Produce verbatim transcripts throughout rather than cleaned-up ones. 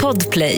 Podplay.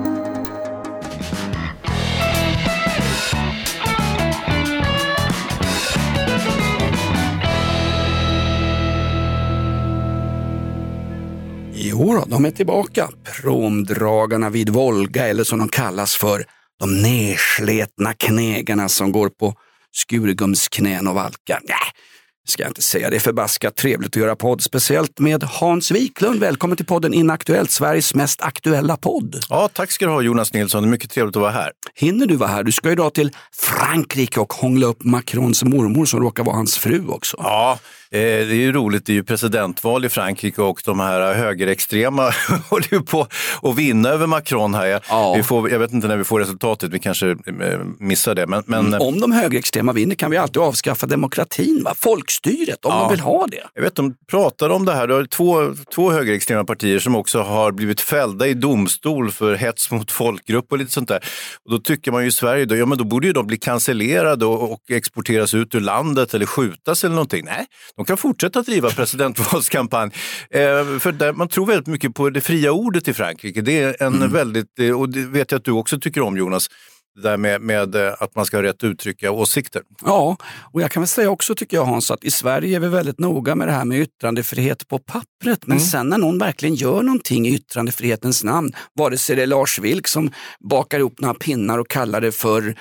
Jo då, de är tillbaka. Promdragarna vid Volga, eller som de kallas för, de nersletna knägarna som går på skurgumsknän och valkar. Nej, ska jag inte säga. Det är förbaskat trevligt att göra podd, speciellt med Hans Wiklund. Välkommen till podden Inaktuellt, Sveriges mest aktuella podd. Ja, tack ska du ha, Jonas Nilsson. Det är mycket trevligt att vara här. Hinner du vara här? Du ska ju idag till Frankrike och hångla upp Macrons mormor som råkar vara hans fru också. Ja, eh, det är ju roligt. Det är ju presidentval i Frankrike och de här högerextrema håller ju på att vinna över Macron här. Ja. Vi får, jag vet inte när vi får resultatet, vi kanske eh, missar det. Men, men, Om de högerextrema vinner kan vi alltid avskaffa demokratin, va? Folkstyret, om ja, de vill ha det. Jag vet, de pratar om det här. Det är två, två högerextrema partier som också har blivit fällda i domstol för hets mot folkgrupp och lite sånt där. Och då tycker man ju i Sverige, då, ja, men då borde ju de bli cancellerade och, och exporteras ut ur landet eller skjutas eller någonting. Nej, de kan fortsätta att driva presidentvalskampanj. Eh, för där, man tror väldigt mycket på det fria ordet i Frankrike. Det är en mm. väldigt, och det vet jag att du också tycker om, Jonas, det där med, med att man ska ha rätt att uttrycka åsikter. Ja, och jag kan väl säga också, tycker jag, Hans, att i Sverige är vi väldigt noga med det här med yttrandefrihet på pappret. Men mm. sen när någon verkligen gör någonting i yttrandefrihetens namn, vare sig det är Lars Vilk som bakar ihop några pinnar och kallar det för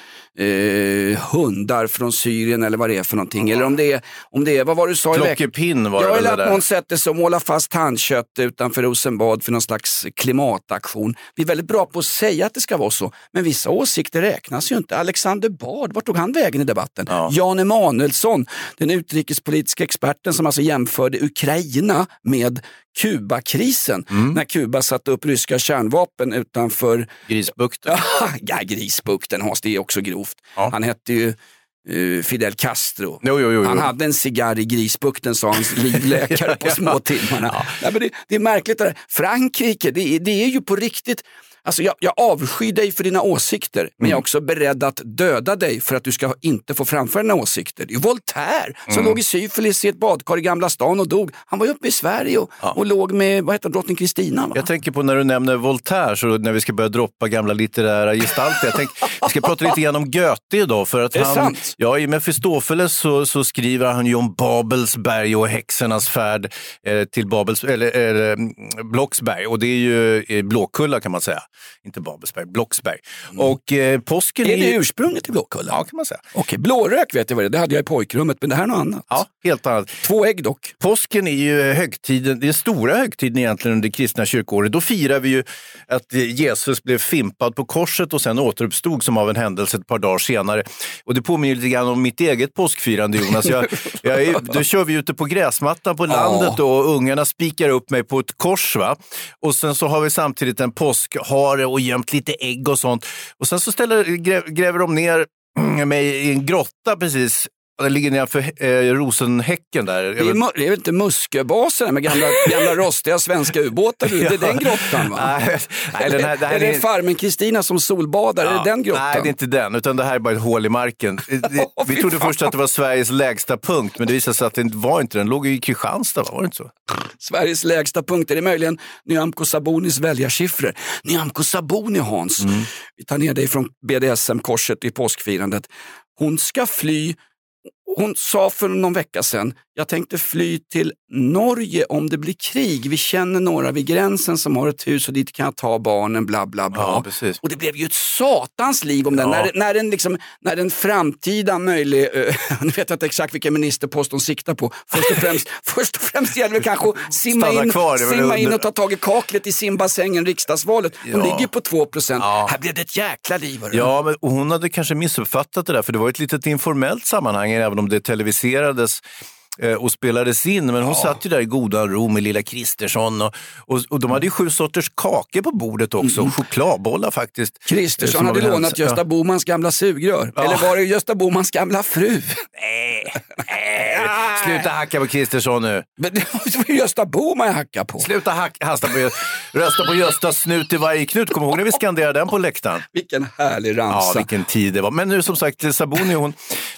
eh, hundar från Syrien eller vad det är för någonting. Mm. Eller om det är, om det är, vad var det du sa i veckan? Klockepinn var det. Jag väl har det att någon sätter sig och målar fast tandkött utanför Rosenbad för någon slags klimataktion. Vi är väldigt bra på att säga att det ska vara så, men vissa åsikter räknas ju inte. Alexander Bard, vart tog han vägen i debatten? Ja. Jan Emanuelsson, den utrikespolitiska experten som alltså jämförde Ukraina med Kubakrisen, mm. när Kuba satte upp ryska kärnvapen utanför Grisbukten. Ja, Grisbukten, Hans, det är också grovt. Ja. Han hette ju Uh, Fidel Castro. Jo, jo, jo, jo. Han hade en cigarr i Grisbukten, sa hans livläkare på små timmarna. Ja. Nej, men det, det är märkligt det där. Frankrike, det, det är ju på riktigt. Alltså jag, jag avskyr dig för dina åsikter, mm. men jag är också beredd att döda dig för att du ska inte få framföra dina åsikter. Det är ju Voltaire som mm. låg i syfilis i ett badkar i Gamla stan och dog. Han var ju uppe i Sverige och, ja. och låg med, vad heter drottning Kristina, va? Jag tänker på när du nämner Voltaire, så när vi ska börja droppa gamla litterära gestalter. Jag tänker, vi ska prata lite grann om Goethe idag, för att är han, sant? ja, i Mefistofeles så, så skriver han ju om Babelsberg och häxornas färd eh, till Babels, eller, eller Blocksberg, och det är ju eh, Blåkulla kan man säga. Inte Babelsberg, Blocksberg. Mm. Och eh, påsken är... Är det ursprunget till Blåkulla? Ja, kan man säga. Okej, blårök vet jag vad det är. Det hade jag i pojkrummet, men det här är något annat. Ja, helt annat. Två ägg dock. Påsken är ju högtiden, det är stora högtiden egentligen under kristna kyrkåret. Då firar vi ju att Jesus blev fimpad på korset och sen återuppstod som av en händelse ett par dagar senare. Och det påminner lite grann om mitt eget påskfirande, Jonas. Jag, jag är, då kör vi ute på gräsmattan på landet oh. och ungarna spikar upp mig på ett kors, va? Och sen så har vi samtidigt en påskhare och gömt lite ägg och sånt. Och sen så ställer, grä, gräver de ner mig i en grotta precis. Det ligger nedanför eh, Rosenhäcken där. Det är, det är inte Musköbasen med gamla, gamla rostiga svenska ubåtar. Det är ja. den grottan, va? Nej, nej, den här, det här är det är farmen Kristina som solbadar? Ja. Är det den grottan? Nej, det är inte den, utan det här är bara ett hål i marken. Det, vi trodde först att det var Sveriges lägsta punkt, men det visade sig att det var inte den. Den låg i Kristianstad, var det inte så? Sveriges lägsta punkt, är det möjligen Nyamko Sabonis väljarsiffror? Nyamko Saboni, Hans. Mm. Vi tar ner dig från B D S M-korset i påskfirandet. Hon ska fly. Hon sa för någon vecka sedan, jag tänkte fly till Norge om det blir krig. Vi känner några vid gränsen som har ett hus och dit kan jag ta barnen, bla bla bla. Ja, precis. Och det blev ju ett satans liv om den. Ja. När, när, den liksom, när den framtida möjlig, uh, nu vet jag inte exakt vilken ministerpost de siktar på. Först och främst, först och främst gäller det kanske att simma, in, kvar, simma in och ta tag i kaklet i simbassängen riksdagsvalet. Hon ja. ligger på två procent. Ja. Här blev det ett jäkla liv. Ja, men, och hon hade kanske missuppfattat det där, för det var ett litet informellt sammanhang, även om det televiserades och spelades in, men hon ja. satt ju där i godan ro med lilla Kristersson och, och, och de hade ju sju sorters kakor på bordet också, mm. chokladbollar faktiskt. Kristersson hade lånat Gösta ja. Bomans gamla sugrör, ja. eller var det Gösta Bomans gamla fru? Nej, nej. Sluta hacka på Kristersson nu. Men det var ju Gösta Boman jag hackar på. Sluta hacka, hasta på, rösta på Göstas snut i varje knut. Kommer ihåg när vi skanderade den på läktaren? Vilken härlig ramsa. Ja, vilken tid det var. Men nu som sagt, Saboni hon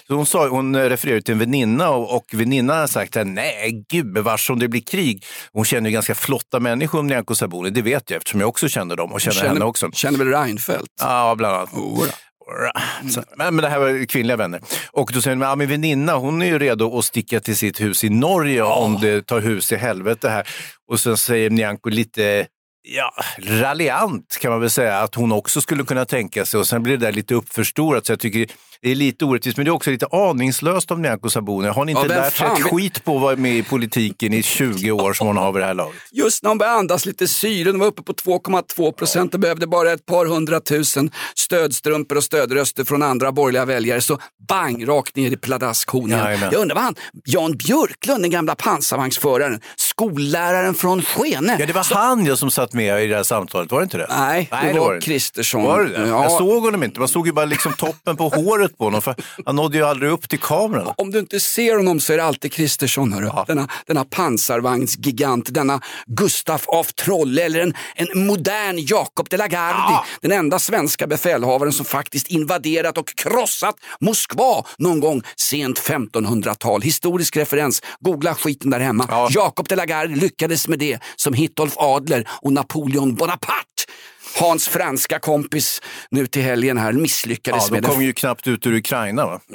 Så hon, sa, hon refererade till en väninna och, och väninnan har sagt att nej, gubevars om det blir krig. Hon känner ju ganska flotta människor om Nyamko Sabuni, det vet jag eftersom jag också känner dem och känner, känner henne också. Känner väl Reinfeldt? Ja, bland annat. Oh, Så, men, men det här var kvinnliga vänner. Och då säger de, ja, min väninna, hon är ju redo att sticka till sitt hus i Norge oh. om det tar hus i helvete här. Och sen säger Nyamko lite... Ja, raljant kan man väl säga att hon också skulle kunna tänka sig och sen blir det där lite uppförstorat så jag tycker det är lite orättvist men det är också lite aningslöst om Nyamko Sabuni. Har ni inte ja, lärt sig ett skit på att vara med i politiken i tjugo år som hon har vid det här laget? Just när hon började andas lite syre, hon var uppe på två komma två procent och behövde bara ett par hundratusen stödstrumpor och stödröster från andra borgerliga väljare så bang, rakt ner i pladaskhornen. Ja, jag undrar vad han, Jan Björklund, den gamla pansarvagnsföraren, skolläraren från Skene. Ja, det var så... han jag som satt med i det här samtalet, var det inte det? Nej, det, Nej, det var Kristersson. Var det det? Ja. Jag såg honom inte, man såg ju bara liksom toppen på håret på honom för han nådde ju aldrig upp till kameran. Om du inte ser honom så är det alltid Kristersson, hörru. Ja. Denna, denna pansarvagnsgigant, denna Gustaf af Trolle eller en, en modern Jakob de la Gardie. Ja. Den enda svenska befälhavaren som faktiskt invaderat och krossat Moskva någon gång sent femtonhundratal. Historisk referens, googla skiten där hemma. Ja. Jakob de la Gardie lyckades med det som Hitolf Adler och Napoleon Bonaparte. Hans franska kompis nu till helgen här misslyckades med det. Ja, de kom ju knappt ut ur Ukraina, va?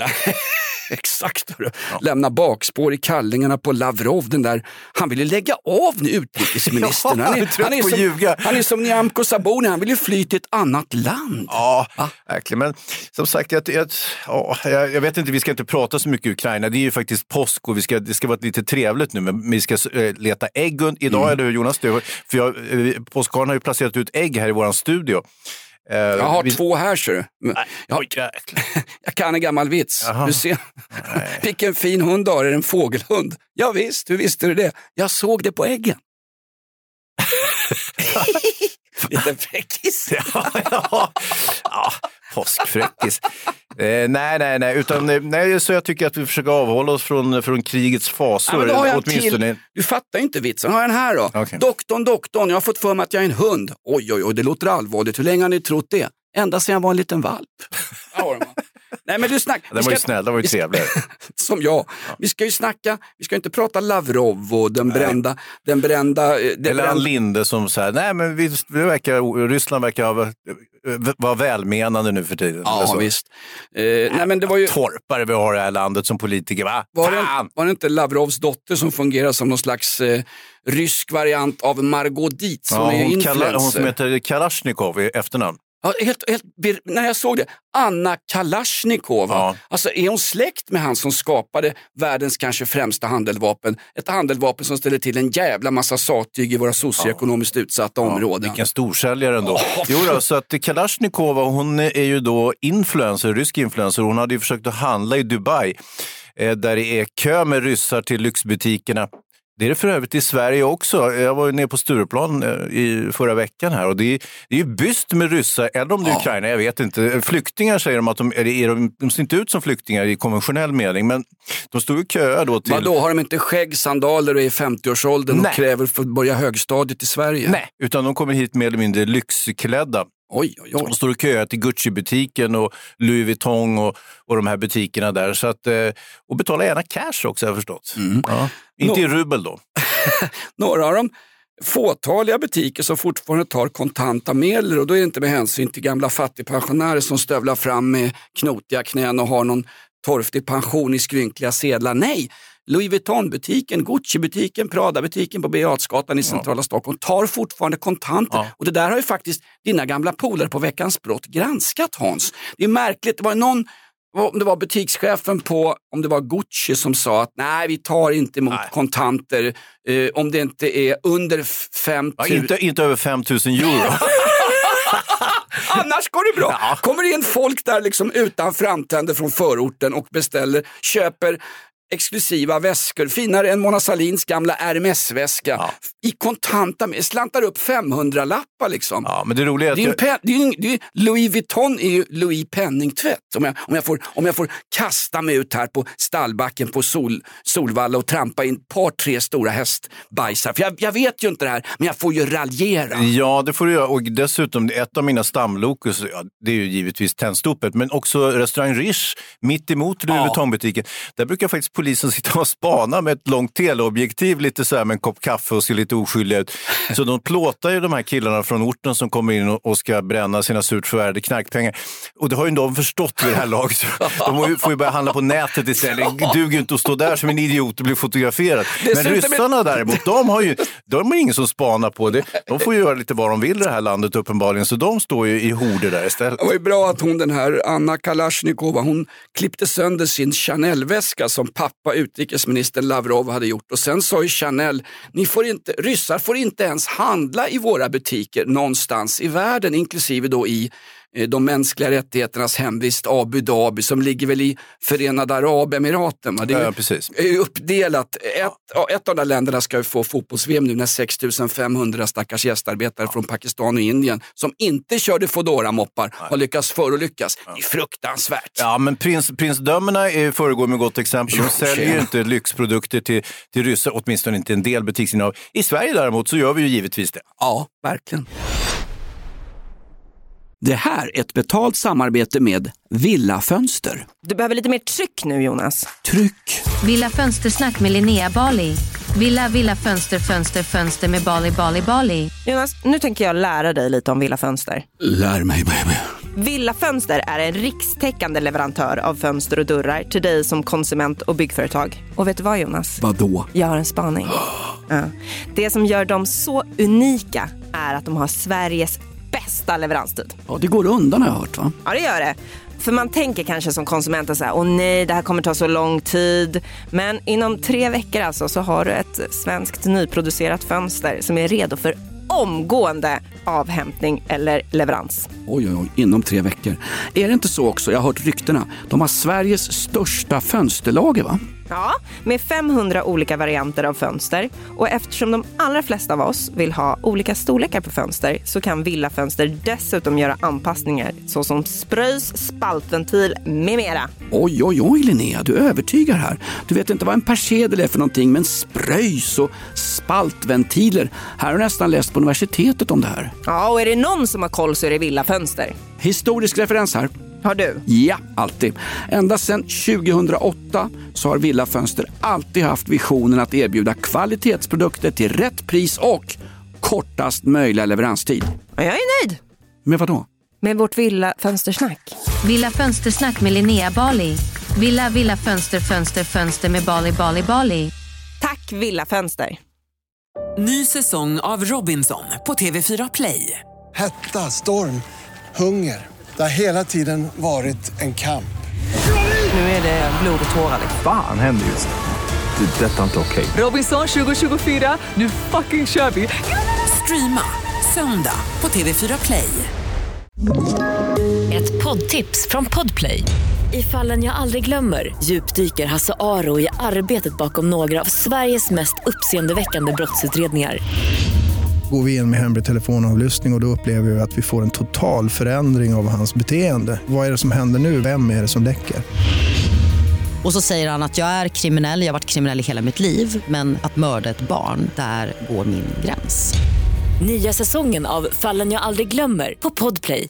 Exakt. Ja. Lämna bakspår i kallingarna på Lavrov, den där. Han ville lägga av nu utrikesministern. Ja, han, är, han, är som, ljuga. han är som Nyamko Sabuni, han vill ju fly till ett annat land. Ja, Va? verkligen. Men som sagt, jag, jag, jag, jag vet inte, vi ska inte prata så mycket Ukraina. Det är ju faktiskt påsk och vi ska, det ska vara lite trevligt nu. Men vi ska äh, leta ägg idag, mm. eller Jonas? För jag, påskharen har ju placerat ut ägg här i våran studio. Uh, jag har vi... två här, så jag, jag kan en gammal vits. Jaha. Du ser, vilken fin hund har, är en fågelhund? Ja visst, hur visste du det? Jag såg det på äggen. Lite fräckis. ja, ja. ja, påskfräckis. Eh, nej, nej, nej. Utan, nej, så jag tycker att vi försöker avhålla oss från, från krigets fasor. Ja, åtminstone. Du fattar inte vitsen. Har jag den här då? Okay. Doktorn, doktorn, jag har fått för mig att jag är en hund. Oj, oj, oj, det låter allvarligt. Hur länge har ni trott det? Ända sedan jag var en liten valp. Ja, nej, men du snack. Den var ska, ju snäll, den var ju trevlig. Som jag. Ja. Vi ska ju snacka, vi ska inte prata Lavrov och den brända, den brända... Den Eller brända... Ann Linde som säger, nej men vi, vi verkar, Ryssland verkar vara, vara välmenande nu för tiden. Ja, visst. Eh, nej, men det var ju... Torpare vi har i det här landet som politiker, va? Var det, var det inte Lavrovs dotter som fungerar som någon slags eh, rysk variant av Margot Dietz? Ja, hon, hon, kallar, hon som heter Kalashnikov i efternamn. Ja, helt, helt, när jag såg det, Anna Kalashnikova, ja. Alltså är hon släkt med han som skapade världens kanske främsta handeldvapen, ett handeldvapen som ställer till en jävla massa sattyg i våra socioekonomiskt ja. utsatta ja, områden. Vilken storsäljare ändå. Oh. Jo då, så att Kalashnikova, hon är ju då influencer, rysk influencer, hon hade ju försökt att handla i Dubai eh, där det är kö med ryssar till lyxbutikerna. Det är det för övrigt i Sverige också. Jag var ju nere på Stureplan i förra veckan här och det är, det är ju byst med ryssar, eller om det är ja. Ukraina, jag vet inte. Flyktingar säger de att de, är de, de ser inte ut som flyktingar i konventionell mening, men de står ju köa då till... Men då har de inte skägg, sandaler och är i femtioårsåldern och kräver för att börja högstadiet i Sverige? Nej, utan de kommer hit mer eller mindre lyxklädda. Oj, oj, oj. De står och köar till Gucci-butiken och Louis Vuitton och, och de här butikerna där. Så att, och betala gärna cash också, har jag förstått. Mm. Ja. Inte Nå- i rubel då. Några av de fåtaliga butiker som fortfarande tar kontanta medel, och då är det inte med hänsyn till gamla fattigpensionärer som stövlar fram med knotiga knän och har någon torftig pension i skrynkliga sedlar. Nej, Louis Vuitton-butiken, Gucci-butiken, Prada-butiken på Beatsgatan i centrala ja. Stockholm tar fortfarande kontanter. Ja. Och det där har ju faktiskt dina gamla polare på Veckans brott granskat, Hans. Det är märkligt, det var någon, om det var butikschefen på, om det var Gucci som sa att nej, vi tar inte emot nej. kontanter eh, om det inte är under fem tusen. Ja, inte, inte över fem tusen euro. Annars går det bra. Ja. Kommer det in folk där liksom utan framtänder från förorten och beställer, köper exklusiva väskor, finare än Mona Sahlins gamla R M S-väska, ja. I kontanta med, slantar upp femhundra-lappar liksom. Ja, men det roliga är att det är jag... pen, det är, det är, Louis Vuitton är ju Louis Penningtvätt. Om jag, om, jag får, om jag får kasta mig ut här på stallbacken på Sol, Solvalla och trampa in ett par, tre stora hästbajsar. För jag, jag vet ju inte det här, men jag får ju raljera. Ja, det får du göra. Och dessutom, ett av mina stamlokus, ja, det är ju givetvis Tennstopet, men också restaurang Riche, mitt emot Louis Vuitton-butiken. Där brukar faktiskt polisen sitta och spana med ett långt teleobjektiv, lite så här med en kopp kaffe och se lite oskyldiga ut. Så de plåtar ju de här killarna från orten som kommer in och ska bränna sina surt förvärvade knarkpengar. Och det har ju de förstått vid det här laget. De får ju börja handla på nätet istället. Det duger ju inte att stå där som en idiot och bli fotograferad. Men ryssarna däremot, de har ju de har ingen som spanar på det. De får ju göra lite vad de vill i det här landet uppenbarligen. Så de står ju i horder där istället. Det var ju bra att hon, den här Anna Kalashnikova, hon klippte sönder sin Chanel-väska som pappa utrikesministern Lavrov hade gjort. Och sen sa ju Chanel, ni får inte, ryssar får inte ens handla i våra butiker någonstans i världen, inklusive då i de mänskliga rättigheternas hemvist Abu Dhabi som ligger väl i Förenade Arabemiraten. Det är ju, ja, precis. är ju uppdelat. Ett, ett av de länderna ska ju få fotbolls-V M nu när sex tusen femhundra stackars gästarbetare ja. Från Pakistan och Indien som inte körde Fodora-moppar har lyckats förolyckas. Ja. Det är fruktansvärt. Ja, men prins, prinsdömerna är, föregår med gott exempel. De säljer ju inte lyxprodukter till, till ryssar, åtminstone inte en del butiksinnehav. I Sverige däremot så gör vi ju givetvis det. Ja, verkligen. Det här är ett betalt samarbete med Villa Fönster. Du behöver lite mer tryck nu, Jonas. Tryck. Villa Fönstersnack med Linnea Bali. Villa, Villa Fönster, Fönster, Fönster med Bali, Bali, Bali. Jonas, nu tänker jag lära dig lite om Villa Fönster. Lär mig, baby. Villa Fönster är en rikstäckande leverantör av fönster och dörrar till dig som konsument och byggföretag. Och vet du vad, Jonas? Vadå? Jag har en spaning. Ja. Det som gör dem så unika är att de har Sveriges bästa leveranstid. Ja, det går undan har jag hört, va? Ja, det gör det. För man tänker kanske som konsument så här, åh nej, det här kommer ta så lång tid. Men inom tre veckor alltså så har du ett svenskt nyproducerat fönster som är redo för omgående avhämtning eller leverans. Oj, oj, oj, inom tre veckor. Är det inte så också? Jag har hört ryktena. De har Sveriges största fönsterlager, va? Ja, med femhundra olika varianter av fönster. Och eftersom de allra flesta av oss vill ha olika storlekar på fönster så kan Villa Fönster dessutom göra anpassningar såsom spröjs, spaltventil med mera. Oj, oj, oj Linnea, du övertygar här. Du vet inte vad en persedel är för någonting, men spröjs och spaltventiler. Här har jag nästan läst på universitetet om det här. Ja, och är det någon som har koll så är det Villa Fönster. Historisk referens här. Har du? Ja, alltid. Ända sedan tjugohundraåtta så har Villa Fönster alltid haft visionen att erbjuda kvalitetsprodukter till rätt pris och kortast möjliga leveranstid. Jag är nöjd. Med vad då? Med vårt Villa Fönstersnack. Villa Fönstersnack med Linnea Bali. Villa, Villa Fönster, Fönster, Fönster med Bali, Bali, Bali. Tack Villa Fönster. Ny säsong av Robinson på T V fyra Play. Hetta, storm, hunger. Det har hela tiden varit en kamp. Nu är det blod och tårar. Fan händer just det. Det är detta inte okej. Okay. Robinson tjugo tjugofyra, nu fucking kör vi. Streama söndag på T V fyra Play. Ett poddtips från Podplay. I Fallen jag aldrig glömmer djupdyker Hasse Aro i arbetet bakom några av Sveriges mest uppseendeväckande brottsutredningar. Går vi in med hemlig telefonavlyssning och, och då upplever vi att vi får en total förändring av hans beteende. Vad är det som händer nu? Vem är det som läcker? Och så säger han att jag är kriminell, jag har varit kriminell i hela mitt liv. Men att mörda ett barn, där går min gräns. Nya säsongen av Fallen jag aldrig glömmer på Podplay.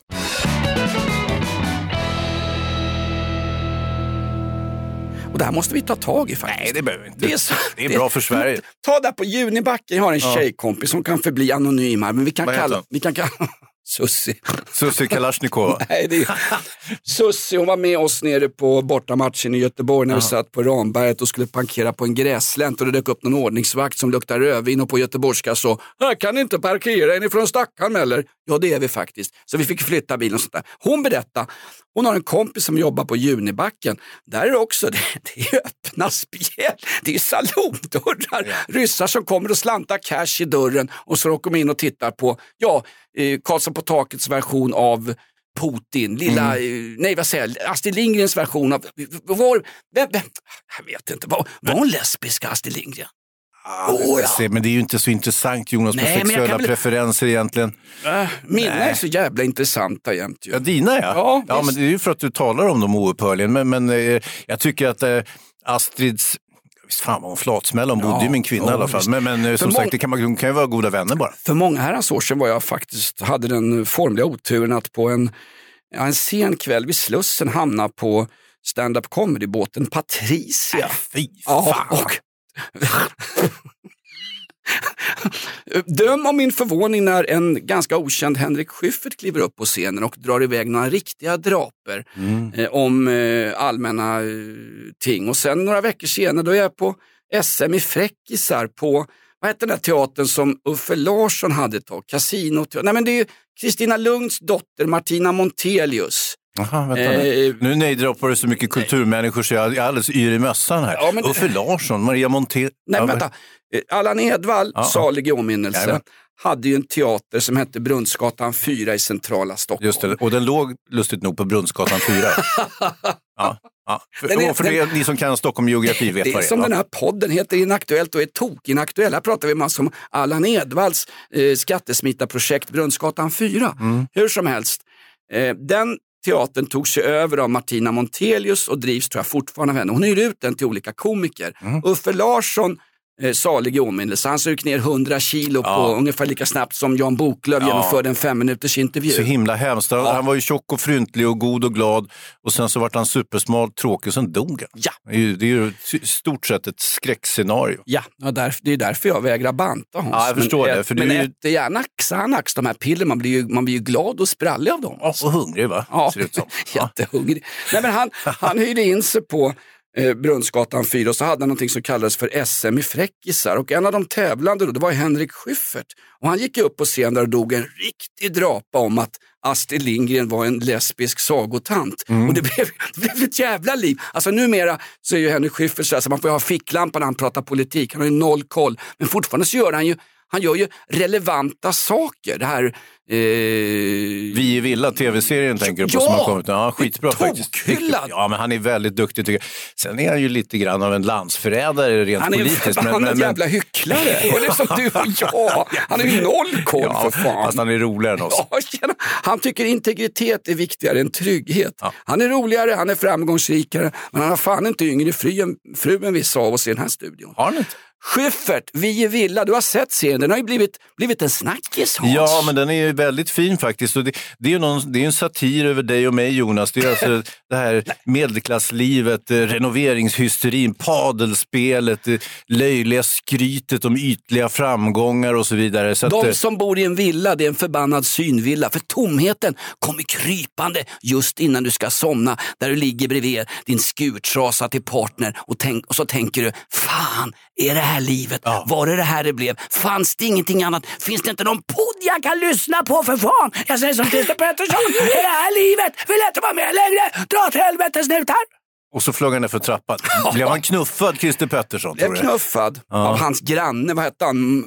Och det här måste vi ta tag i faktiskt. Nej, det behöver vi inte. Det är, så, det är bra det, för Sverige. Ta där på Junibacken. Jag har en ja. tjejkompis som kan förbli anonym här. Men vi kan Vad kalla... Vi kan kalla Sussi. Sussi Kalashnikova. Nej, det är... Sussi, hon var med oss nere på bortamatchen i Göteborg när vi satt på Ramberget och skulle parkera på en gräslänt och det dök upp någon ordningsvakt som luktar rödvin och på göteborgska så här kan ni inte parkera, är ni från Stockholm eller? Ja, det är vi faktiskt. Så vi fick flytta bilen och sånt där. Hon berättade, hon har en kompis som jobbar på Junibacken. Där är det också, det, det är öppna spjäll. Det är salondörrar. Ja. Ryssar som kommer och slantar cash i dörren och så åker de in och tittar på, ja, eh, Karlsson på takets version av Putin, lilla, mm. nej vad säger jag, Astrid Lindgrens version av, var, vem, vem, jag vet inte, var, var hon lesbisk Astrid Lindgren? Ah, oh, ja. Men det är ju inte så intressant Jonas med nej, sexuella väl... preferenser egentligen. Äh, mina nej. är så jävla intressanta jämt. Ja, dina ja. Ja, ja men det är ju för att du talar om dem oupphörligen. Men, men eh, jag tycker att eh, Astrids, visst fan var hon flatsmäll, hon ja, bodde ju min kvinna ja, i alla fall. Men, men som sagt, det kan, man, kan ju vara goda vänner bara. För många herrans år sedan var jag faktiskt, hade den formliga oturen att på en, ja, en sen kväll vid Slussen hamna på stand-up comedy-båten Patricia. Äh, fy fan. Ja, och döm om min förvåning när en ganska okänd Henrik Schyffert kliver upp på scenen och drar iväg några riktiga draper mm. eh, om eh, allmänna eh, ting. Och sen några veckor senare då är jag på S M i fräckisar på, vad heter den där teatern som Uffe Larsson hade ett tag? Casino. Nej men det är ju Kristina Lugns dotter Martina Montelius. Aha, vänta eh, nu nejdroppar det så mycket kulturmänniskor så jag är alldeles yr i mössan här. Ja, men, Uffe Larsson, Maria Monté. Nej, ja, vänta. Allan Edwall, ja, salig i åminnelse, ja, hade ju en teater som hette Brunnsgatan fyra i centrala Stockholm. Just det, och den låg lustigt nog på Brunnsgatan fyra. ja, ja. För, den är, för den, det, ni som kan Stockholm geografi vet det vad det är. Som ja. Den här podden heter Inaktuellt och är tokinaktuell. Här pratar vi massor om Allan Edwalls eh, skattesmitarprojekt Brunnsgatan fyra. Mm. Hur som helst, eh, den teatern tog sig över av Martina Montelius och drivs tror jag fortfarande av henne. Hon hyr ut den till olika komiker. Mm. Uffe Larsson, eh, salig i åminnelse, han sök ner hundra kilo ja. på ungefär lika snabbt som Jan Boklöv ja. genomförde en fem minuters intervju. Så himla hemskt. Ja. Han var ju tjock och fryntlig och god och glad och sen så var han supersmal, tråkig och sen dog han. Ja. Det är ju, det är ju stort sett ett skräckscenario. Ja, och därför, det är därför jag vägrar banta Hans. Ja, jag förstår men, det. För men du är ju... äter gärna Xanax, de här piller, man blir ju, man blir ju glad och sprallig av dem. Ja, och hungrig va? Ja, ser ut som. jättehungrig. Nej, men han, han hyrde in sig på eh, Brunnsgatan fyra och så hade han någonting som kallades för S M i fräckisar och en av de tävlande då, det var Henrik Schyffert och han gick upp på scen där och dog en riktig drapa om att Astrid Lindgren var en lesbisk sagotant mm. och det blev, det blev ett jävla liv. Alltså numera så är ju Henrik Schyffert så alltså man får ju ha ficklampan när han pratar politik, han har ju noll koll men fortfarande så gör han ju Han gör ju relevanta saker. Det här... Eh... Vi i Villa, tv-serien tänker du på ja, som har kommit. Ja, skitbra faktiskt. Tokhyllad. Ja, men han är väldigt duktig tycker jag. Sen är han ju lite grann av en landsförrädare rent han är, politiskt. Han är en men, jävla hycklare. Och det är som du och jag. Han är ju noll koll ja, för fan. Fast han är roligare än oss. Ja, han tycker integritet är viktigare än trygghet. Ja. Han är roligare, han är framgångsrikare. Men han har fan inte yngre fru än, fru än vissa av oss i den här studion. Har han inte? Schyffert, Vi i Villa, du har sett serien, den har ju blivit, blivit en snackis, Hans. Ja, men den är ju väldigt fin faktiskt. Och det, det är ju någon, det är en satir över dig och mig, Jonas. Det är alltså det här medelklasslivet, renoveringshysterin, padelspelet, löjliga skrytet om ytliga framgångar och så vidare. Så De att, som bor i en villa, det är en förbannad synvilla. För tomheten kommer krypande just innan du ska somna. Där du ligger bredvid din skurtrasa till partner och, tänk, och så tänker du, fan, är det här livet? Ja. Var det det här det blev? Fanns det ingenting annat? Finns det inte någon podd jag kan lyssna på för fan? Jag säger som Christer Pettersson, är det här livet? Vill jag inte vara med längre? Dra till helvete snutar! Och så flög han ner för trappan. Blev han knuffad, Christer Pettersson? Blev knuffad ja. av hans granne, vad hette han?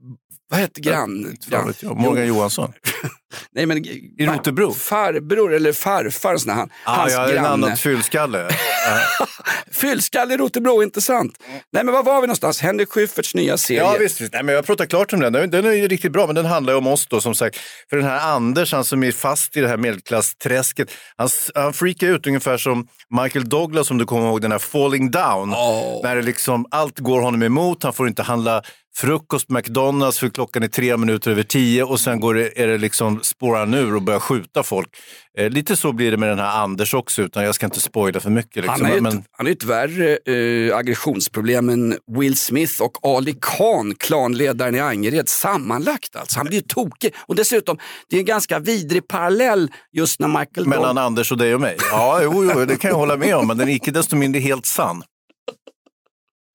Vad hette grann? grann? Morgan Johansson. Nej, men i Rotebro. Farbror eller farfar sån han. Ah, hans ja, granne. En annan fyllskalle. Fyllskalle i Rotebro, intressant. Nej, men var var vi någonstans? Henrik Schyfferts nya serie. Ja, visst. Nej, men jag pratar klart om den. Den är ju riktigt bra, men den handlar ju om oss då, som sagt. För den här Anders, han som är fast i det här medelklassträsket, han, han freakar ut ungefär som Michael Douglas, som du kommer ihåg, den här Falling Down. Oh. När det liksom, allt går honom emot, han får inte handla frukost McDonalds för klockan är tre minuter över tio och sen går det, är det liksom spårar ur och börjar skjuta folk. Eh, lite så blir det med den här Anders också, utan jag ska inte spoila för mycket. Liksom. Han, är men... ett, han är ett värre eh, aggressionsproblem än Will Smith och Ali Khan, klanledaren i Angered, sammanlagt alltså. Han blir ju tokig. Och dessutom, det är en ganska vidrig parallell just när Michael... Mellan Dog... Anders och dig och mig? Ja, jo, jo, det kan jag hålla med om, men den är icke desto mindre helt sann.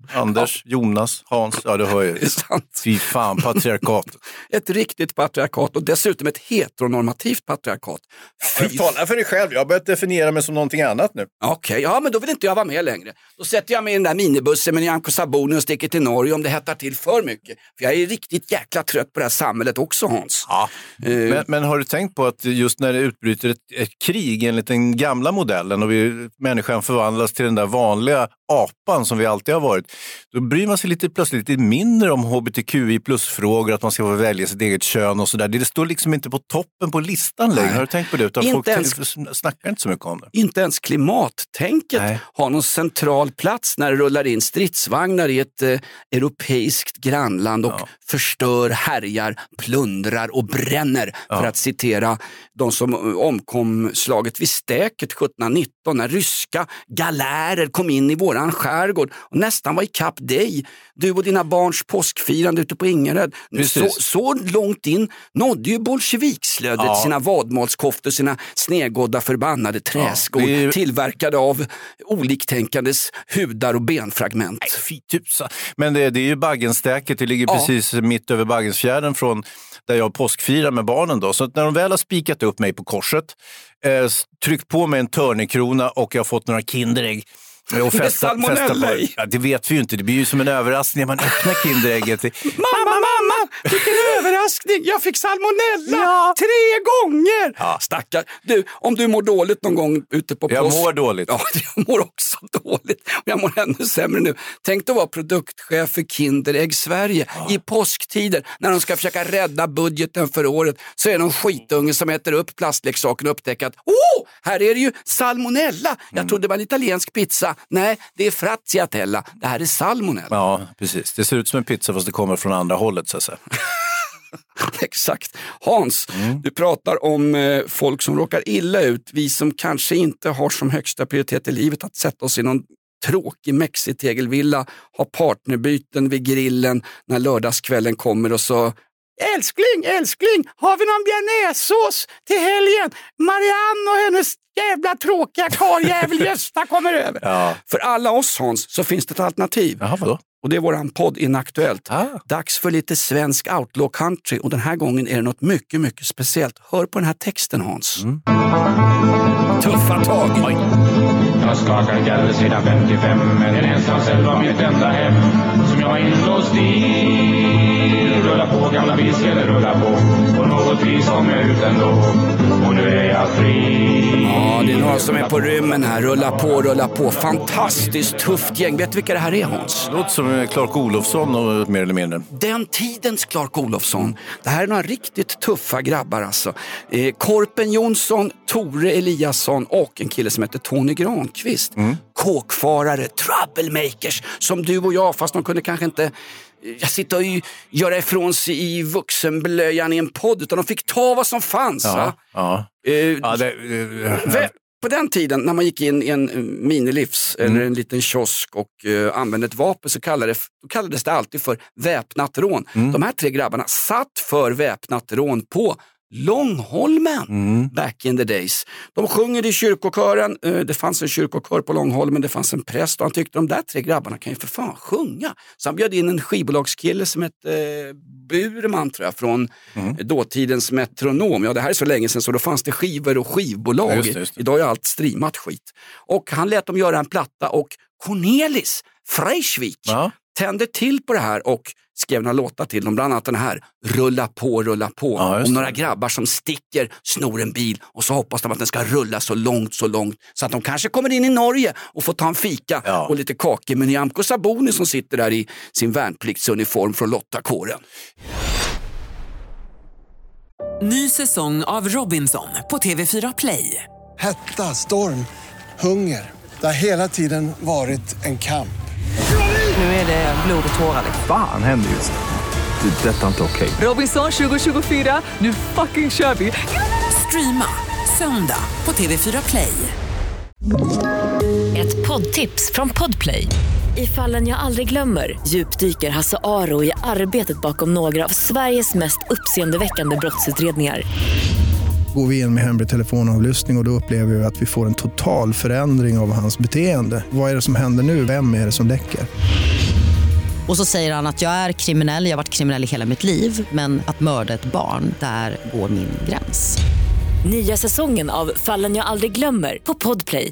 Anders, ja. Jonas, Hans, ja du hör ju. Fy fan, patriarkat. Ett riktigt patriarkat och dessutom ett heteronormativt patriarkat. Fy... Tala för dig själv, jag har börjat definiera mig som någonting annat nu. Okej, okay, ja men då vill inte jag vara med längre. Då sätter jag mig i den där minibussen med Nyamko Sabuni och sticker till Norge om det hettar till för mycket. För jag är riktigt jäkla trött på det här samhället också, Hans. Ja. Uh... Men, men har du tänkt på att just när det utbryter ett, ett krig enligt den gamla modellen och vi, människan förvandlas till den där vanliga apan som vi alltid har varit, då bryr man sig lite plötsligt lite mindre om H B T Q I plus-frågor, att man ska få välja sitt eget kön och sådär. Det står liksom inte på toppen på listan längre. Har du tänkt på det? Utan folk ens, snackar inte så mycket om det. Inte ens klimattänket Nej. har någon central plats när det rullar in stridsvagnar i ett eh, europeiskt grannland och ja. förstör, härjar, plundrar och bränner. Ja. För att citera de som omkom slaget vid Stäket sjuttonhundranitton när ryska galärer kom in i våran skärgård och nästan var i kapp dig. Du och dina barns påskfirande ute på Ingered. Så, så långt in nådde ju bolsjevikslödet ja. sina vadmalskoftor, sina snegådda förbannade träskor ja, är... tillverkade av oliktänkandes hudar och benfragment. Nej, fy tusan. Men det, det är ju Baggenstäket, det ligger ja. precis mitt över Baggensfjärden från där jag påskfirar med barnen då. Så att när de väl har spikat upp mig på korset, eh, tryckt på mig en törnekrona och jag har fått några kinderägg. Och festa, festa på. Ja, det vet vi ju inte, det blir ju som en överraskning när man öppnar kinderägget. Mamma, mamma, vilken överraskning, jag fick salmonella ja. tre gånger. Ja. Stackar, du, om du mår dåligt någon gång ute på post. Jag mår dåligt. Ja, jag mår också dåligt. Jag mår ännu sämre nu. Tänk att vara produktchef för Kinderägg Sverige ja. i påsktider när de ska försöka rädda budgeten för året. Så är det någon skitunge som äter upp plastleksaken och upptäcker att åh, här är det ju salmonella. Jag mm. trodde det var en italiensk pizza. Nej, det är fracciatella. Det här är salmonella. Ja, precis. Det ser ut som en pizza fast det kommer från andra hållet så att säga. Exakt. Hans, mm. du pratar om eh, folk som råkar illa ut. Vi som kanske inte har som högsta prioritet i livet att sätta oss i någon tråkig mexitegelvilla, ha partnerbyten vid grillen när lördagskvällen kommer och så älskling, älskling, har vi någon bearnaisesås till helgen? Marianne och hennes jävla tråkiga karljävel Gösta kommer över. Ja. För alla oss, Hans, så finns det ett alternativ. Jaha, vadå? Och det är våran podd Inaktuellt. Ah. Dags för lite svensk outlaw country och den här gången är det något mycket, mycket speciellt. Hör på den här texten, Hans. Mm. Tuffa tag. Oj. Jag skakar galler sedan femtiofem, men en ensam cell var mitt enda hem som jag var inlåst i. Rulla på gamla bilskedor, rulla på. På något vis kom jag ut ändå. Och nu är jag fri. Ja, det är några som är på rymmen här. Rulla på, rulla på. Fantastiskt tufft gäng. Vet du vilka det här är, Hans? Det låter som Clark Olofsson och mer eller mindre. Den tidens Clark Olofsson. Det här är några riktigt tuffa grabbar alltså. Eh, Korpen Jonsson, Tore Eliasson och en kille som heter Tony Granqvist. Mm. Kåkfarare, troublemakers som du och jag, fast de kunde kanske inte jag sitter och göra ifrån sig i vuxenblöjan i en podd, utan de fick ta vad som fanns. Ja, va? ja. Eh, ja det, det, på den tiden när man gick in i en minilivs mm. eller en liten kiosk och uh, använde ett vapen så kallades, kallades det alltid för väpnat rån. Mm. De här tre grabbarna satt för väpnat rån på Långholmen mm. back in the days. De sjunger i kyrkokören. Det fanns en kyrkokör på Långholmen, det fanns en präst och han tyckte de där tre grabbarna kan ju för fan sjunga. Så han bjöd in en skivbolagskille som hette eh, Burman tror jag, från mm. dåtidens Metronom. Ja, det här är så länge sedan så då fanns det skivor och skivbolag. Ja, just det, just det. Idag är allt streamat skit. Och han lät dem göra en platta och Cornelis Vreeswijk ja. tände till på det här och skrev några låtar till dem, bland annat den här Rulla på, rulla på ja, om några grabbar som sticker, snor en bil och så hoppas de att den ska rulla så långt, så långt så att de kanske kommer in i Norge och får ta en fika ja. och lite kakor med Nyamko Sabuni som sitter där i sin värnpliktsuniform från Lottakåren. Ny säsong av Robinson på T V fyra Play. Hetta, storm, hunger. Det har hela tiden varit en kamp. Nu är det blod och tårar. Fan händer just det. Det är detta inte okej. Okay. Robinson tjugo tjugofyra, nu fucking kör vi. Streama söndag på T V fyra Play. Ett poddtips från Podplay. I Fallen jag aldrig glömmer djupdyker Hasse Aro i arbetet bakom några av Sveriges mest uppseendeväckande brottsutredningar. Går vi in med hemlig telefonavlyssning och, och då upplever vi att vi får en total förändring av hans beteende. Vad är det som händer nu? Vem är det som läcker? Och så säger han att jag är kriminell, jag har varit kriminell i hela mitt liv. Men att mörda ett barn, där går min gräns. Nya säsongen av Fallen jag aldrig glömmer på Podplay.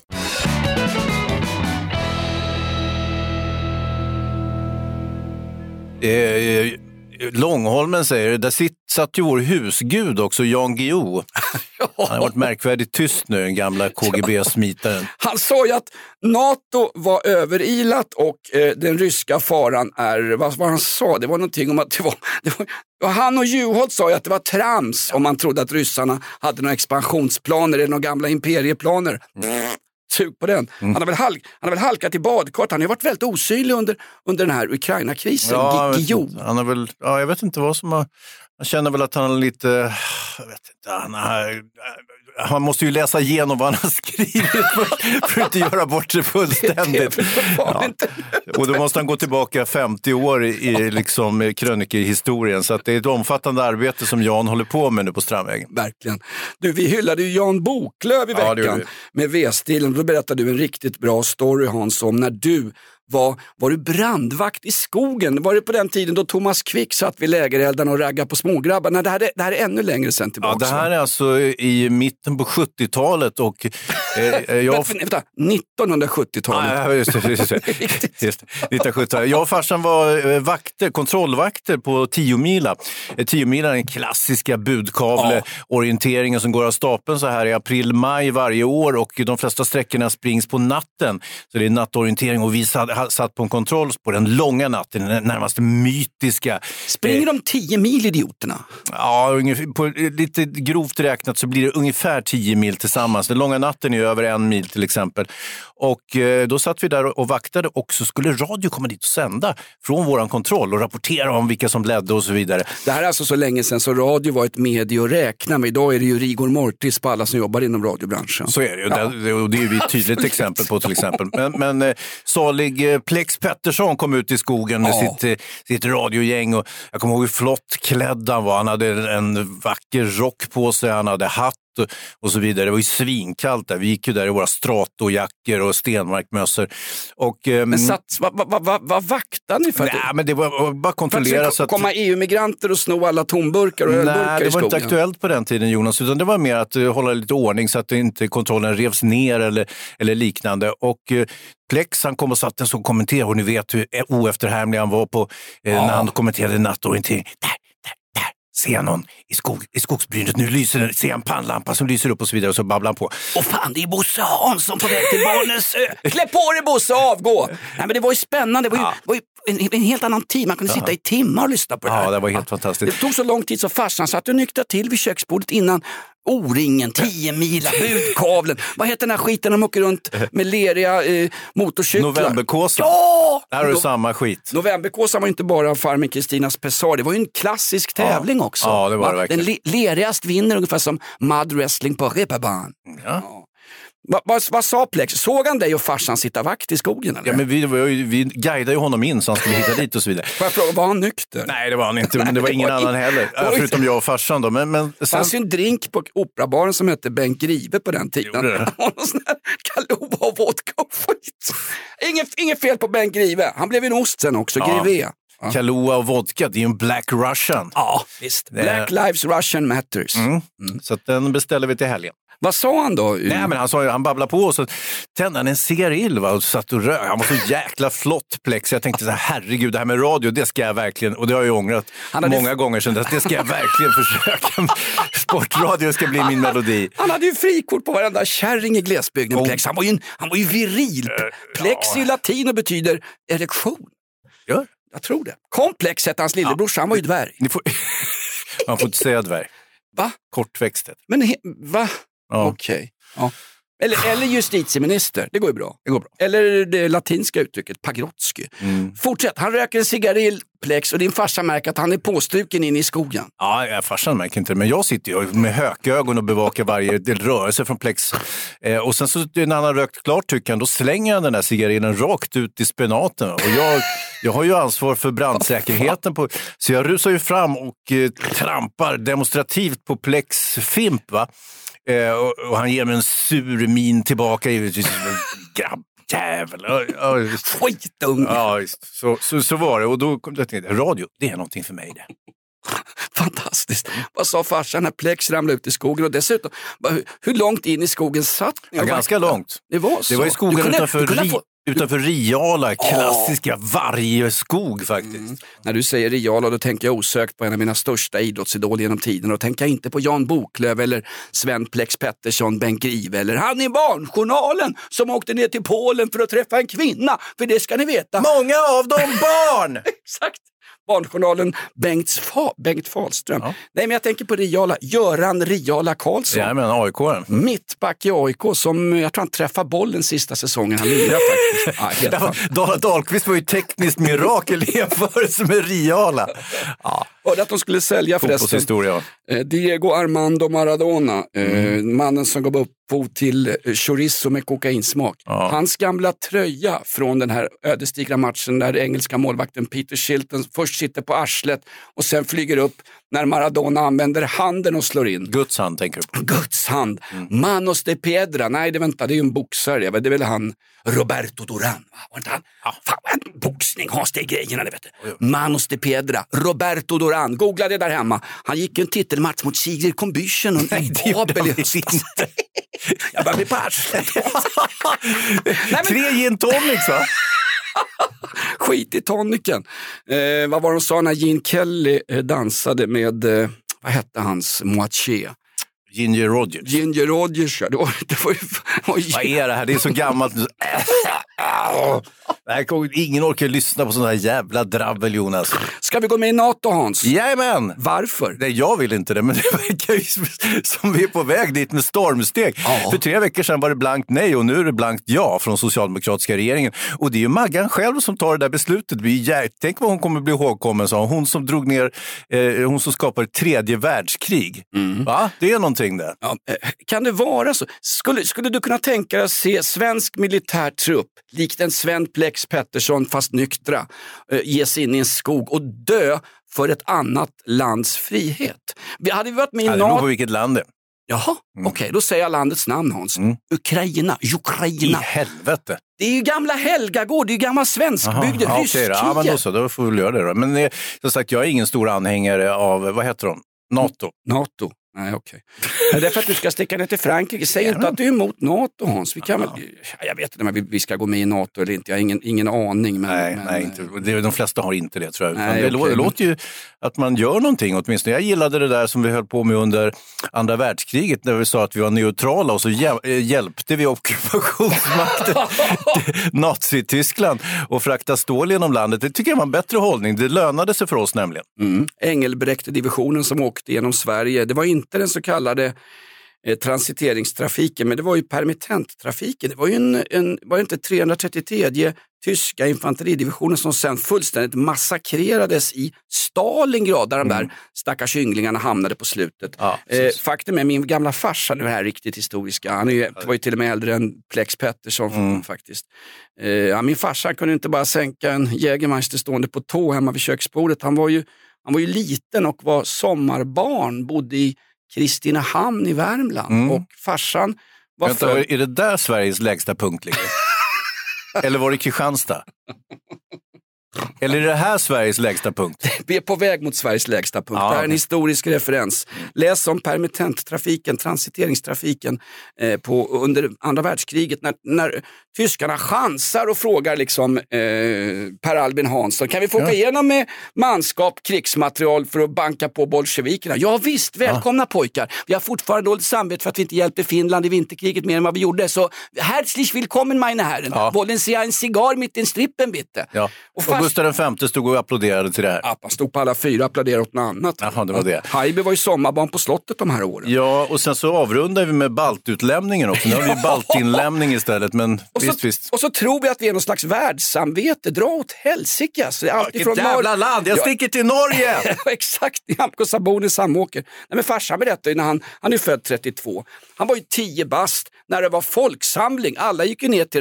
Eh, Långholmen säger, där sitt, satt ju vår husgud också, Jan Guillou. Han har varit märkvärdigt tyst nu, den gamla K G B-smitaren. Han sa ju att NATO var överilat och eh, den ryska faran är, vad var han sa? Det var någonting om att det var, det var han och Juholt sa ju att det var trams om man trodde att ryssarna hade några expansionsplaner eller några gamla imperieplaner. Mm. Sug på den. Mm. Han, har väl halk, han har väl halkat i badkart. Han har varit väldigt osynlig under, under den här Ukraina-krisen. Ja, G- han har väl, ja, jag vet inte vad som har... Jag känner väl att han är lite... Jag vet inte, han, har, han måste ju läsa igenom vad han har skrivit för, för att inte göra bort sig fullständigt. Ja. Och då måste han gå tillbaka femtio år i liksom, krönikehistorien. Så att det är ett omfattande arbete som Jan håller på med nu på Strandvägen. Verkligen. Du, vi hyllade ju Jan Boklöv i ja, veckan med V-stilen. Då berättade du en riktigt bra story, Hans, om när du var, var du brandvakt i skogen. Var det på den tiden då Thomas Quick satt vid lägereldarna och raggade på smågrabbar? Nej, det här, är, det här är ännu längre sen tillbaka. Ja, det här är alltså i mitten på sjuttiotalet och... Eh, jag... Vänta, nittonhundrasjuttiotalet. Ja, just det, just det, just det. nittonhundrasjuttiotalet. Jag och farsan var vakter, kontrollvakter på tiomila. Tiomila är den klassiska budkavleorienteringen som går av stapeln så här i april-maj varje år och de flesta sträckorna springs på natten. Så det är nattorientering och vi satt, satt på en kontroll på den långa natten, den närmast mytiska. Springer de tio mil, idioterna? Ja, ungefär, på, lite grovt räknat så blir det ungefär tio mil tillsammans. Den långa natten är över en mil till exempel. Och eh, då satt vi där och vaktade och så skulle radio komma dit och sända från våran kontroll och rapportera om vilka som ledde och så vidare. Det här är alltså så länge sedan så radio var ett medie att räkna med. Idag är det ju rigor mortis på alla som jobbar inom radiobranschen. Så är det ju. Ja. Det, och det är ju ett tydligt exempel på till exempel. Men, men eh, salig eh, Plex Pettersson kom ut i skogen med ja. sitt, eh, sitt radiogäng och jag kommer ihåg hur flott klädd han var. Han hade en vacker rock på sig, han hade hatt och så vidare. Det var ju svinkallt där. Vi gick ju där i våra Strato-jackor och Stenmark-mössor. Och, eh, men satt, vad va, va, va, va vaktade ni för? Nej, men det var bara kontrollera för att så att... komma E U-migranter och sno alla tomburkar och ölburkar i skogen? Nej, det var inte aktuellt på den tiden, Jonas, utan det var mer att uh, hålla lite ordning så att inte kontrollen revs ner eller, eller liknande. Och uh, Plex, han kom och satt en sån kommentar och ni vet hur oefterhärmlig han var på uh, ja. när han kommenterade nattorientering. Där, där, där. Ser någon i, skog, i skogsbrynet, nu lyser det, ser en pannlampa som lyser upp och så vidare och så babblar han på. Och fan, det är Bosse Hansson på väg till Barnens ö. Klä på dig Bosse, avgå! Nej, men det var ju spännande, det var ju, ja. var ju en, en helt annan tid, man kunde ja. sitta i timmar och lyssna på det här. Ja, det var helt ja. fantastiskt. Det tog så lång tid så farsan satt och nyktra till vid köksbordet innan O-ringen, tio mila, budkavlen. Vad heter den här skiten de åker runt med leriga eh, motorcyklar? Novemberkåsan. Ja! Här har du samma skit. Novemberkåsan var inte bara Farmen Kristinas Pessar. Det var ju en klassisk tävling ja. också. Ja, det var det verkligen. Den le- lerigast vinner ungefär som mud wrestling på Reeperbahn. Ja. ja. Vad va, va sa Plex? Såg han dig och farsan sitta vakt i skogen? Eller? Ja, men vi, vi, vi guidade ju honom in så han skulle hitta dit och så vidare. Får jag fråga, var han nykter? Nej, det var han inte, men det var ingen det var annan in... heller. Förutom jag och farsan då. Men, men sen... Det fanns ju en drink på operabaren som hette Bengt Grive på den tiden. Han var någon sån här Kahlua och vodka och skit. Inget, inget fel på Bengt Grive. Han blev en ost sen också, ja. Grive. Ja. Kahlua och vodka, det är ju en Black Russian. Ja, visst. Black Lives Russian Matters. Mm. Mm. Så att den beställer vi till helgen. Vad sa han då? Nej, men han sa han babblade på och så tände han en cigarill va, och satt och rök. Han var så jäkla flott Plex. Jag tänkte så här, herregud, det här med radio, det ska jag verkligen, och det har jag ju ångrat hade många f- gånger sedan dess, det ska jag verkligen försöka. Sportradio ska bli min melodi. Han hade ju frikort på varenda kärring i glesbygden, oh. Plex. Han var ju, en, han var ju viril. Plex ja. i latin och betyder erektion. Ja. Jag tror det. Komplex hette hans lillebrors, ja. Han var ju dvärg. Ni får... Han får inte säga dvärg. Va? Kortväxtet. Men he... va? Ja. Okej. Okay. Ja. Eller, eller justitieminister, det går ju bra. Det går bra. Eller det latinska uttrycket, Pagrotsky. Mm. Fortsätt, han röker en cigarill, Plex, och din farsa märker att han är påstruken in i skogen. Ja, farsan märker inte det, men jag sitter ju med hökögon och bevakar varje del rörelse från Plex. Eh, och sen så när han har rökt klart tycker han, då slänger han den där cigarillen rakt ut i spenaten. Och jag, jag har ju ansvar för brandsäkerheten, på, så jag rusar ju fram och eh, trampar demonstrativt på Plex fimp, va? Eh, och, och han ger mig en sur min tillbaka, givetvis. Grabb, Jävlar. Skitung. Ja, just. Så, så, så var det. Och då kom det till radio. Det är någonting för mig det. Fantastiskt. Vad sa farsan när Plex ramlade ut i skogen? Och dessutom, hur, hur långt in i skogen satt ni? Ja, ganska långt. Det var så. Det var i skogen kunde, utanför, ri, få... utanför Riala, klassiska oh. vargskog faktiskt. Mm. När du säger Riala då tänker jag osökt på en av mina största idrottsidol genom tiden. Och tänker jag inte på Jan Boklöv eller Sven Plex Pettersson, Bengt Grive eller han i Barnjournalen som åkte ner till Polen för att träffa en kvinna. För det ska ni veta. Många av dem barn! Exakt. Barnjournalen Bengt, Fa- Bengt Fahlström. Ja. Nej, men jag tänker på Riala. Göran Riala Karlsson. Ja, men A I K-aren. Mittback i A I K som jag tror han träffade bollen sista säsongen. Han lirade faktiskt. Ja, Dala Dahlqvist var ju tekniskt mirakel i jämförelse med Riala. Ja. Och att de skulle sälja förresten Diego Armando Maradona, mm. eh, mannen som gav upphov till chorizo med kokainsmak. Ja. Hans gamla tröja från den här ödesdigra matchen där engelska målvakten Peter Shilton först sitter på arslet och sen flyger upp när Maradona använder handen och slår in. Guds hand tänker du på. Guds hand. Mm. Manos de Piedra. Nej, det vänta, det är ju en boxare. Det är väl han Roberto Duran. Var inte han? Ja. Fan, en boxning har det grejerna, det vet du. Manos de Piedra. Roberto Duran. Googla det där hemma. Han gick en titelmatch mot Sigrid Combüchen och Nej, det gjorde inte. Jag bara blir på arslet. Tre gin tonics, va? Skit i toniken. Eh, vad var de sa när Gene Kelly eh, dansade med, eh, vad hette hans moitié? Ginger Rogers. Ginger Rogers, ja. Det var, det var, vad är det här? Det är så gammalt. Nej, ingen orkar lyssna på sådana här jävla drabbel, Jonas. Ska vi gå med i NATO, Hans? Jajamän! Varför? Nej, jag vill inte det, men det verkar ju som vi är på väg dit med stormsteg. Ja. För tre veckor sedan var det blankt nej och nu är det blankt ja från socialdemokratiska regeringen. Och det är ju Maggan själv som tar det där beslutet. Tänk vad hon kommer bli ihågkommen, sa hon som drog ner, eh, hon som skapade tredje världskrig. Mm. Va? Det är någonting där. Ja, kan det vara så? Skulle, skulle du kunna tänka dig att se svensk militär trupp, likt en Sven Plex Pettersson fast nyktra, eh, ge sig in i en skog och dö för ett annat lands frihet? Vi hade vi varit med i NATO... Det beror på vilket land det är. Jaha, mm. okej, okay, då säger jag landets namn, Hans. Mm. Ukraina, Ukraina. I helvete. Det är ju gamla Helgagård, det är ju gamla svenskbygder, ja, Ryskien. Okay, ja, men då så, då får vi väl göra det då. Men som sagt, jag är ingen stor anhängare av, vad heter de? NATO. NATO. Nej, okej. Okay. Det är för att du ska sticka ner till Frankrike. Säg inte att du är emot NATO, Hans. Vi kan väl, jag vet inte om vi ska gå med i NATO eller inte. Jag har ingen, ingen aning. Men, nej, men, nej inte. Det, de flesta har inte det, tror jag. Nej, det, okay. det låter ju att man gör någonting åtminstone. Jag gillade det där som vi höll på med under andra världskriget när vi sa att vi var neutrala och så hjälpte vi ockupationsmakten Nazi-Tyskland och frakta stål genom landet. Det tycker jag var en bättre hållning. Det lönade sig för oss nämligen. Mm. Engelbrekt-divisionen som åkte genom Sverige, det var inte den så kallade eh, transiteringstrafiken, men det var ju permittenttrafiken. Det var ju en, en, var inte trehundratrettiotredje tyska infanteridivisionen som sen fullständigt massakrerades i Stalingrad, där de där mm. stackars ynglingarna hamnade på slutet. Ja, eh, faktum är, min gamla farsa, nu är här riktigt historiska, han är ju, var ju till och med äldre än Plex Pettersson mm. faktiskt. Eh, ja, min farsa kunde inte bara sänka en Jägermeister stående på tå hemma vid köksbordet. Han var ju Han var ju liten och var sommarbarn, bodde i Kristinehamn i Värmland. Mm. Och farsan var Vänta, för... Är det där Sveriges lägsta punkt ligger? Eller var det Kristianstad? Eller är det här Sveriges lägsta punkt? Vi är på väg mot Sveriges lägsta punkt. Ja, det här är en historisk referens. Läs om permittenttrafiken, transiteringstrafiken eh, på, under andra världskriget när, när tyskarna chansar och frågar liksom eh, Per Albin Hansson, kan vi få åka ja. igenom med manskap, krigsmaterial för att banka på bolsjevikerna? Ja visst, välkomna ja. pojkar. Vi har fortfarande dåligt samvete för att vi inte hjälpte Finland i vinterkriget mer än vad vi gjorde. Så herzlich willkommen meine Herren. Ja. Wollen Sie en cigarr mitt i en strippen bitte? Ja. Och fast... Gustav den femte stod och applåderade till det här. Ja, han stod på alla fyra och applåderade åt något annat. Jaha, det var det. Haijby var ju sommarbarn på slottet de här åren. Ja, och sen så avrundar vi med baltutlämningen också. Nu har vi baltinlämning istället, men och visst, så, visst. Och så tror vi att vi är någon slags världssamvete. Dra åt helsike. Alltså. Ja, vilket jävla Nor- land, jag sticker till Norge! Exakt, Nyamko Sabuni samåker. Nej, men farsan berättade ju när han, han är född trettiotvå. Han var ju tio bast när det var folksamling. Alla gick ju ner till det här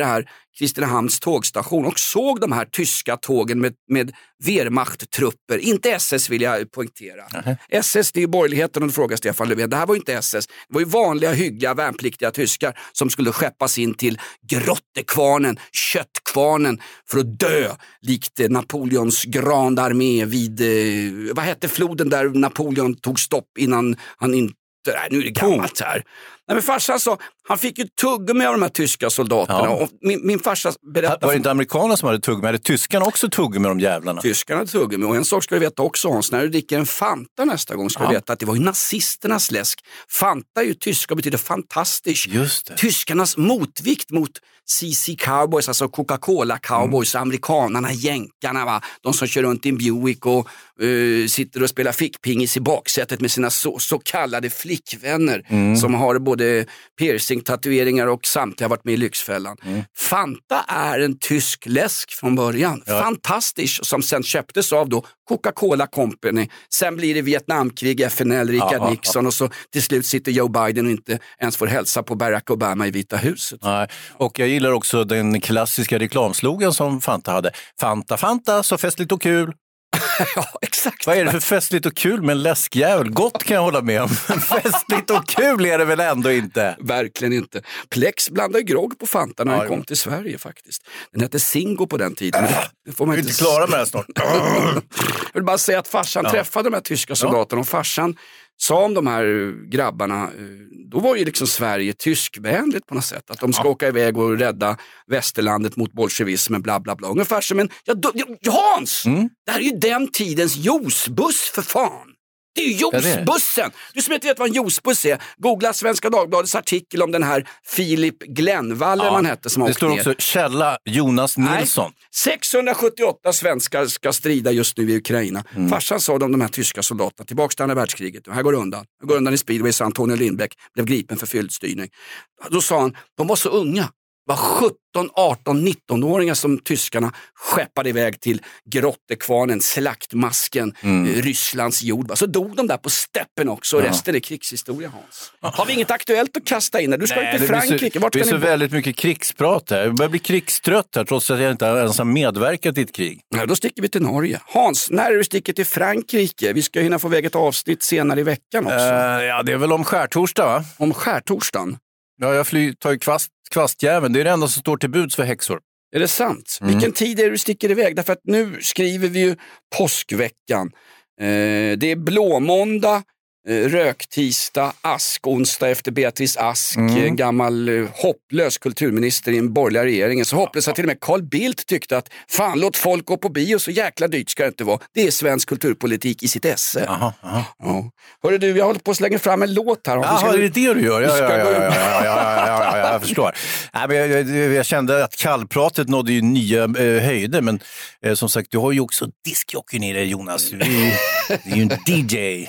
Kristinehamns tågstation och såg de här tyska tågen med, med Wehrmacht-trupper. Inte S S vill jag poängtera. Uh-huh. S S det är ju borgerligheten, och då frågar Stefan Löfven. Det här var ju inte S S. Det var ju vanliga, hyggliga, värnpliktiga tyskar som skulle skeppas in till grottekvarnen, köttkvarnen, för att dö likt Napoleons Grande Armé vid, eh, vad hette floden där Napoleon tog stopp innan han inte, nej, nu är det gammalt här. Nej, men farsan sa, han fick ju tuggummi av de här tyska soldaterna. Ja. Och min, min farsa berättade... Var det inte amerikanerna som hade tuggummi? Hade tyskarna också tuggummi med de jävlarna? Tyskarna hade tuggummi. Och en sak ska du veta också, Hans, när du dricker en Fanta nästa gång ska ja. du veta att det var ju nazisternas läsk. Fanta är ju tyska och betyder fantastisk. Just det. Tyskarnas motvikt mot C C Cowboys, alltså Coca-Cola Cowboys, mm. amerikanerna, jänkarna, va? De som kör runt i en Buick och uh, sitter och spelar fickpingis i baksätet med sina så, så kallade flickvänner mm. som har både piercing, tatueringar och samtidigt har varit med i Lyxfällan. Mm. Fanta är en tysk läsk från början. Ja. Fantastisk, som sen köptes av då Coca-Cola Company. Sen blir det Vietnamkrig, F N L, Richard ja, Nixon ja, ja. och så till slut sitter Joe Biden och inte ens får hälsa på Barack Obama i Vita huset. Nej. Och jag gillar också den klassiska reklamslogan som Fanta hade. Fanta, Fanta, så festligt och kul. Ja, exakt. Vad är det för festligt och kul med en läskjävel? Gott kan jag hålla med om. Festligt och kul är det väl ändå inte? Verkligen inte. Plex blandade grogg på Fanta när ja, den kom till Sverige faktiskt. Den hette Singo på den tiden. Äh, det får man inte... inte klara med det snart. Jag vill bara säga att farsan ja. träffade de här tyska soldaterna ja. och farsan sa om de här grabbarna, då var ju liksom Sverige tyskvänligt på något sätt. Att de ska ja. åka iväg och rädda västerlandet mot bolsjevismen, bla bla bla. Ungefär som en, ja, då, Hans! Mm. Det här är ju den tidens juicebuss för fan. Det är ju juicebussen! Du som inte vet vad en juicebuss är, googla Svenska Dagbladets artikel om den här Filip Glennvall, ja. man hette, som det står ner. Också källa Jonas Nilsson. Nej. sexhundrasjuttioåtta svenskar ska strida just nu i Ukraina. Mm. Farsan sa om de här tyska soldaterna tillbaka till andra världskriget. Här går det undan. Här går undan i Speedway, så Antonio Lindbäck blev gripen för fylldstyrning. Då sa han, de var så unga. Det var sjutton, arton, nitton-åringar som tyskarna skeppade iväg till grottekvarnen, slaktmasken, mm. Rysslands jord. Så dog de där på steppen också, och ja. resten är krigshistoria, Hans. Har vi inget aktuellt att kasta in? Du ska Nej, inte till Frankrike. Vart det är så ni... väldigt mycket krigsprat här. Jag börjar bli krigstrött här, trots att jag inte ens har medverkat i ett krig. Ja, då sticker vi till Norge. Hans, när är du sticker till Frankrike? Vi ska hinna få väg ett avsnitt senare i veckan också. Uh, ja, det är väl om skärtorsdag, va? Om skärtorsdagen? Ja, jag fly, tar ju kvast, kvastjäveln. Det är det enda som står till buds för häxor. Är det sant? Mm. Vilken tid är det du sticker iväg? Därför att nu skriver vi ju påskveckan. Eh, det är blåmåndag, eh, röktisdag, askonsdag efter Beatrice Ask, mm. gammal eh, hopplös kulturminister i en borgerliga regeringen. Så hopplös att till och med Carl Bildt tyckte att fan, låt folk gå på bio, så jäkla dyrt ska det inte vara. Det är svensk kulturpolitik i sitt esse. Aha, aha. Ja. Hörru du, jag håller på att slänga fram en låt här. Jaha, ska... är det det du gör? Ja, ja, ja, ja, ja, ja, ja, ja, ja, jag förstår. Nej, men jag, jag, jag kände att kallpratet nådde ju nya eh, höjder, men eh, som sagt, du har ju också diskjockeyn i dig, Jonas. Du är, du är ju en D J.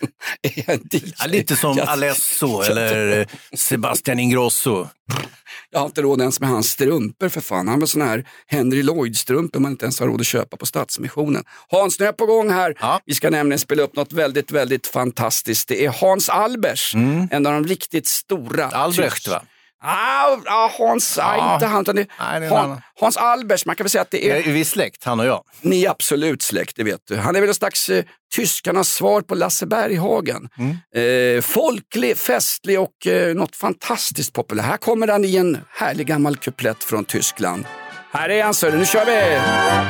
En D J. Ja, lite som jag, Alesso eller Sebastian Ingrosso. Jag har inte råd ens med hans strumpor för fan. Han var sån här Henry Lloyd-strumpor man inte ens har råd att köpa på Stadsmissionen. Hans, nu är på gång här. Ja. Vi ska nämligen spela upp något väldigt, väldigt fantastiskt. Det är Hans Albers, mm. en av de riktigt stora. Albrecht, va? Ah, ah, Hans, ja. inte han, det, Nej, det är Hans, Hans Albers, man kan väl säga att det är... Är vi släkt, han och jag? Ni är absolut släkt, det vet du. Han är väl en slags eh, tyskarnas svar på Lasse Berghagen. Mm. Eh, folklig, festlig och eh, något fantastiskt populär. Här kommer han i en härlig gammal kuplett från Tyskland. Här är han, så nu kör vi!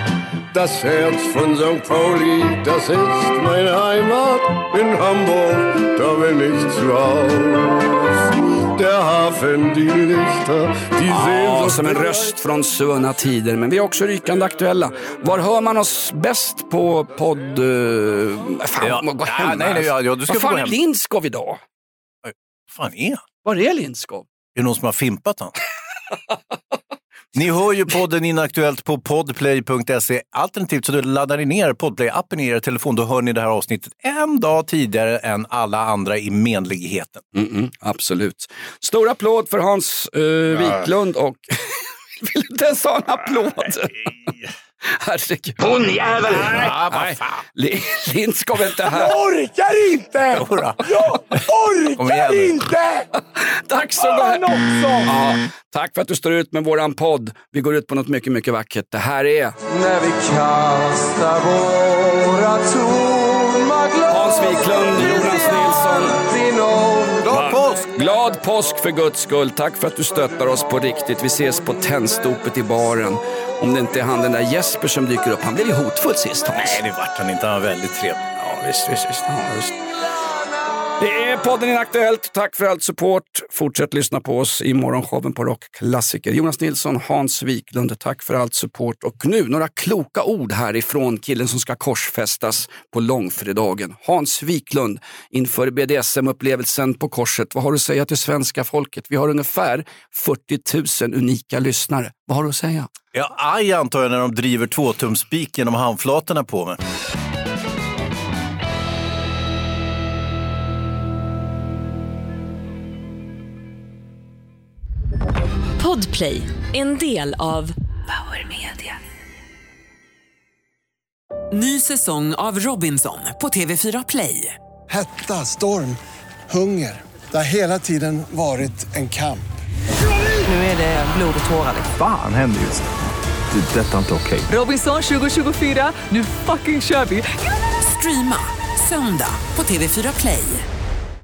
Das Herz von Sankt Pauli, das ist meine Heimat. In Hamburg, da bin ich zu Haus. Der Hafen, die Lichter, die ja, som en röst från svunna tider. Men vi är också rykande aktuella. Var hör man oss bäst på podd... Uh, fan, ja. gå hem. Ja, nej, nej, ja, du ska Vad fan är Lindskov idag? Vad fan är han? Var är Lindskov? Är det någon som har fimpat han? Ni hör ju podden Inaktuellt på podplay punkt se. Alternativt så laddar ni ner Podplay-appen i er telefon. Då hör ni det här avsnittet en dag tidigare än alla andra i menligheten. Mm-mm, absolut. Stor applåd för Hans uh, Wiklund och... Vill du inte ens ha en applåd? Herregud. Hon jävel! Nej, nej. nej. Lindskov är inte här. Jag orkar inte! Jag orkar inte! dags att gå hem. Ja, tack för att du står ut med våran podd. Vi går ut på något mycket, mycket vackert. Det här är... När vi kastar våra tomma glas. Hans Wiklund, Jonas Nilsson. Glad påsk! Glad påsk för Guds skull. Tack för att du stöttar oss på riktigt. Vi ses på Tändstopet i baren. Om det inte är han den där Jesper som dyker upp. Han blev ju hotfull sist, Hans. Nej, det vart han inte. Han var väldigt trevlig. Ja, visst, visst, visst. Ja, visst. Det är podden Inaktuellt. Tack för allt support. Fortsätt lyssna på oss i morgonshowen på Rockklassiker. Jonas Nilsson, Hans Wiklund, tack för allt support. Och nu några kloka ord härifrån killen som ska korsfästas på långfredagen. Hans Wiklund, inför B D S M-upplevelsen på korset. Vad har du att säga till svenska folket? Vi har ungefär fyrtio tusen unika lyssnare. Vad har du att säga? Ja, aj antar jag när de driver tvåtumspik genom handflatorna på mig. Podplay, en del av Power Media. Ny säsong av Robinson på T V fyra Play. Hetta, storm, hunger. Det har hela tiden varit en kamp. Nu är det blod och tårar. Fan händer just det. Det är detta inte okej. Robinson tjugo tjugofyra, nu fucking kör vi. Streama söndag på T V fyra Play.